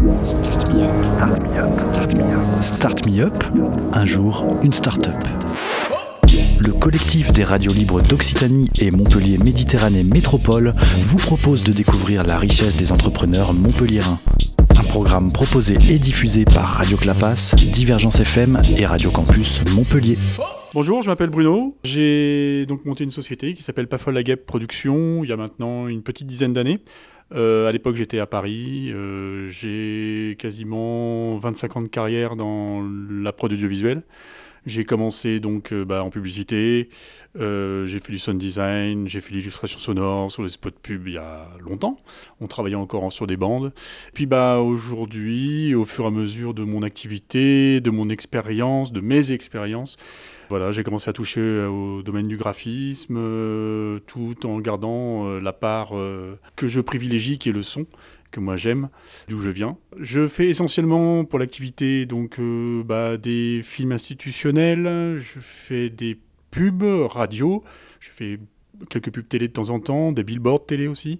Start Me Up, un jour, une start-up. Le collectif des radios libres d'Occitanie et Montpellier Méditerranée Métropole vous propose de découvrir la richesse des entrepreneurs montpelliérains. Un programme proposé et diffusé par Radio Clapas, Divergence FM et Radio Campus Montpellier. Bonjour, je m'appelle Bruno. J'ai donc monté une société qui s'appelle Pafol La Guêpe Productions il y a maintenant une petite dizaine d'années. À l'époque, j'étais à Paris. J'ai quasiment 25 ans de carrière dans la prod audiovisuelle. J'ai commencé donc en publicité, j'ai fait du sound design, j'ai fait l'illustration sonore sur les spots pub il y a longtemps. On travaillait encore sur des bandes. Puis aujourd'hui, au fur et à mesure de mon activité, de mon expérience, de mes expériences, voilà, j'ai commencé à toucher au domaine du graphisme, tout en gardant la part que je privilégie, qui est le son, que moi j'aime, d'où je viens. Je fais essentiellement pour l'activité donc des films institutionnels, je fais des pubs radio, je fais quelques pubs télé de temps en temps, des billboards télé aussi.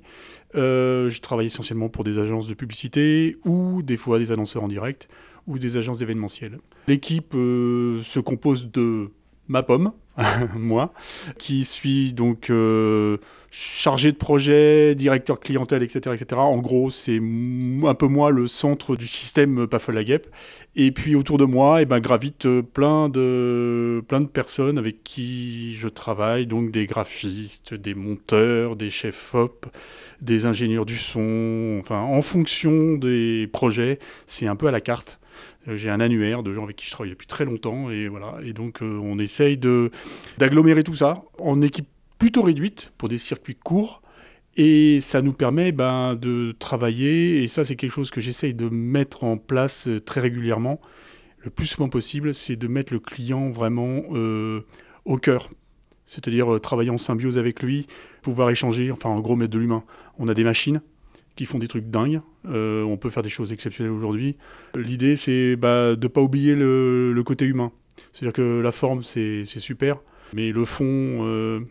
Je travaille essentiellement pour des agences de publicité ou des fois des annonceurs en direct ou des agences d'événementiel. L'équipe se compose de ma pomme, moi, qui suis donc chargé de projet, directeur clientèle, etc., etc. En gros, c'est un peu moi le centre du système Pafol La Guêpe. Et puis autour de moi, gravitent plein de personnes avec qui je travaille, donc des graphistes, des monteurs, des chefs op, des ingénieurs du son, enfin en fonction des projets, c'est un peu à la carte. J'ai un annuaire de gens avec qui je travaille depuis très longtemps et voilà. Et donc on essaye d'agglomérer tout ça en équipe plutôt réduite pour des circuits courts et ça nous permet de travailler et ça c'est quelque chose que j'essaye de mettre en place très régulièrement, le plus souvent possible, c'est de mettre le client vraiment au cœur. C'est-à-dire travailler en symbiose avec lui, pouvoir échanger, enfin en gros mettre de l'humain. On a des machines qui font des trucs dingues. On peut faire des choses exceptionnelles aujourd'hui. L'idée, c'est de ne pas oublier le côté humain. C'est-à-dire que la forme, c'est super, mais le fond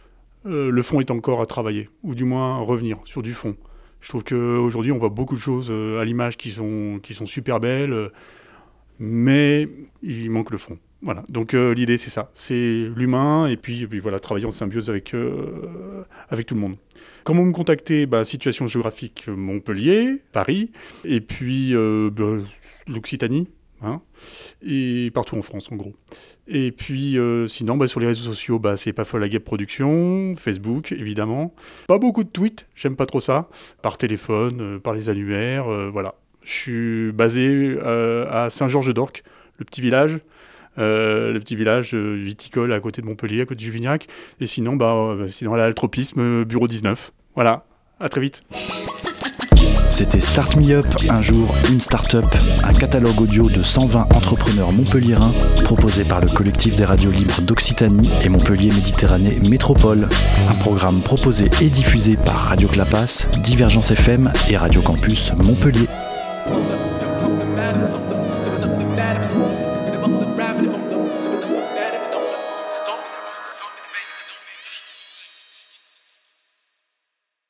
est encore à travailler, ou du moins à revenir sur du fond. Je trouve qu'aujourd'hui, on voit beaucoup de choses à l'image qui sont super belles, mais il manque le fond. Voilà, donc l'idée c'est ça, c'est l'humain et puis voilà, travailler en symbiose avec tout le monde. Comment me contacter ? Situation géographique Montpellier, Paris, et puis l'Occitanie, et partout en France en gros. Et puis sinon sur les réseaux sociaux, c'est Pafol La Guêpe Productions, Facebook évidemment. Pas beaucoup de tweets, j'aime pas trop ça, par téléphone, par les annuaires, voilà. Je suis basé à Saint-Georges-d'Orques, le petit village viticole à côté de Montpellier, à côté de Juvignac. Et sinon, à l'altropisme, bureau 19. Voilà, à très vite. C'était Start Me Up, un jour, une start-up, un catalogue audio de 120 entrepreneurs montpelliérains proposé par le collectif des radios libres d'Occitanie et Montpellier Méditerranée Métropole. Un programme proposé et diffusé par Radio Clapas, Divergence FM et Radio Campus Montpellier.